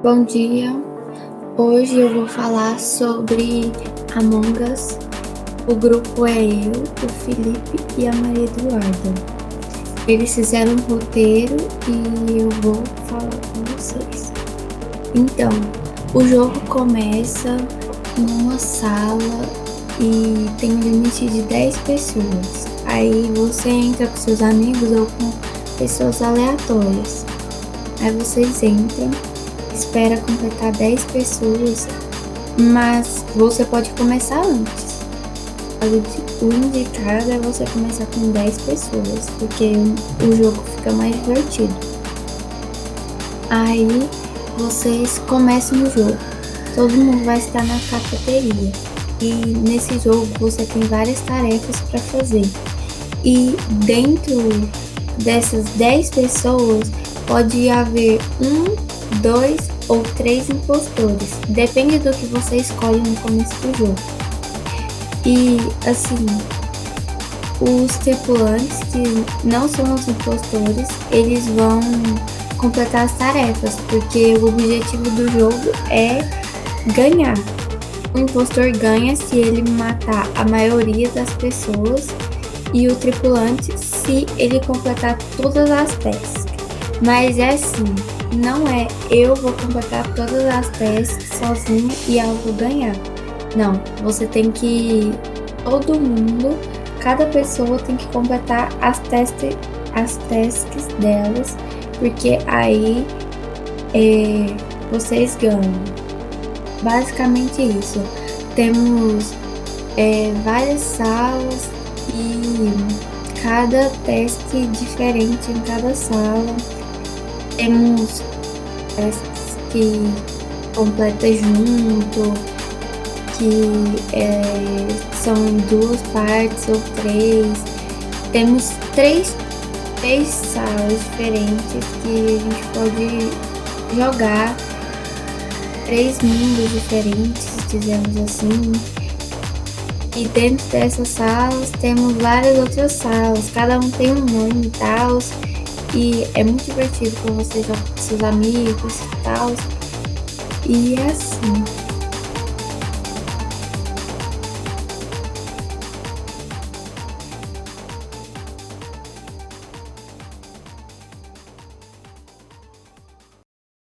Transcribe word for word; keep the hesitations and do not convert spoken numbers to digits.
Bom dia, hoje eu vou falar sobre Among Us. O grupo é eu, o Felipe e a Maria Eduarda. Eles fizeram um roteiro e eu vou falar com vocês. Então, o jogo começa numa sala e tem um limite de dez pessoas. Aí você entra com seus amigos ou com pessoas aleatórias. Aí vocês entram, espera completar dez pessoas, mas você pode começar antes. O indicado é você começar com dez pessoas, porque o jogo fica mais divertido. Aí vocês começam o jogo, todo mundo vai estar na cafeteria. E nesse jogo você tem várias tarefas para fazer. E dentro dessas dez pessoas pode haver um, dois ou três impostores. Depende do que você escolhe no começo do jogo. E assim, os tripulantes que não são os impostores, eles vão completar as tarefas, porque o objetivo do jogo é ganhar. O impostor ganha se ele matar a maioria das pessoas e o tripulante se ele completar todas as tasks. Mas é assim, não é eu vou completar todas as tasks sozinho e eu vou ganhar. Não, você tem que, todo mundo, cada pessoa tem que completar as, teste, as tasks delas, porque aí é, vocês ganham. Basicamente isso. Temos é, várias salas e cada teste diferente em cada sala. Temos testes que completa junto, que é, são em duas partes ou três. Temos três, três salas diferentes que a gente pode jogar, três mundos diferentes, dizemos assim. E dentro dessas salas temos várias outras salas, cada um tem um nome e tal. E é muito divertido quando você joga com seus amigos e tal. E é assim.